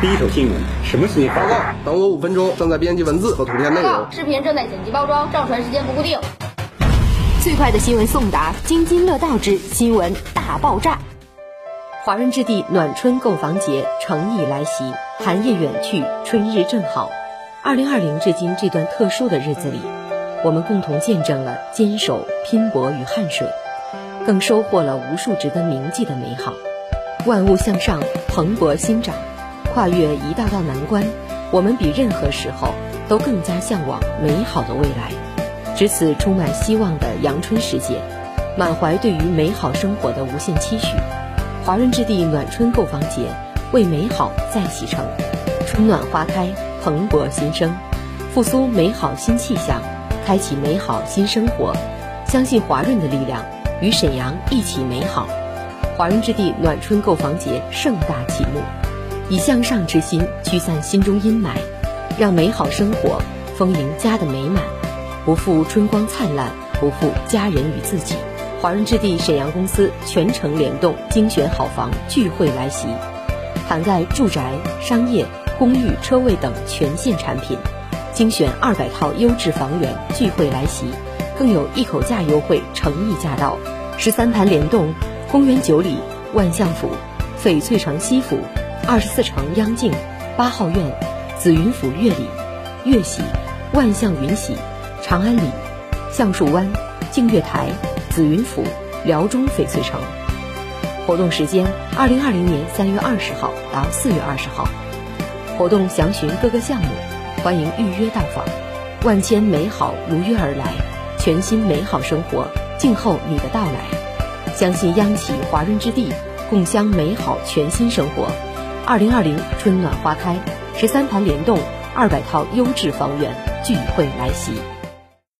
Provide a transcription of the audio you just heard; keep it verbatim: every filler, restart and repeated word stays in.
第一手新闻，什么新闻？ 报告，等我五分钟，正在编辑文字和图片内容。 视频正在剪辑包装，上传时间不固定。 最快的新闻送达，津津乐道之新闻大爆炸。华润置地暖春购房节诚意来袭，寒夜远去，春日正好。二零二零至今这段特殊的日子里，我们共同见证了坚守、拼搏与汗水，更收获了无数值得铭记的美好。万物向上，蓬勃新长，跨越一道道难关，我们比任何时候都更加向往美好的未来。值此充满希望的阳春时节，满怀对于美好生活的无限期许，华润置地暖春购房节为美好再启程，春暖花开，蓬勃新生，复苏美好新气象，开启美好新生活。相信华润的力量，与沈阳一起美好。华润置地暖春购房节盛大启幕，以向上之心驱散心中阴霾，让美好生活丰盈家的美满，不负春光灿烂，不负家人与自己。华润置地沈阳公司全程联动精选好房聚会来袭，涵盖住宅、商业、公寓、车位等全线产品，精选二百套优质房源聚会来袭，更有一口价优惠诚意驾到。十三盘联动，公园九里、万象府、翡翠城西府、二十四城央境、八号院、紫云府悦里、悦喜、万象云喜、长安里、橡树湾、净月台、紫云府、辽中翡翠城。活动时间：二零二零年三月二十号到四月二十号。活动详询各个项目，欢迎预约到访。万千美好如约而来，全新美好生活静候你的到来。相信央企华润置地，共襄美好全新生活。二零二零春暖花开，十三盘联动，二百套优质房源聚会来袭。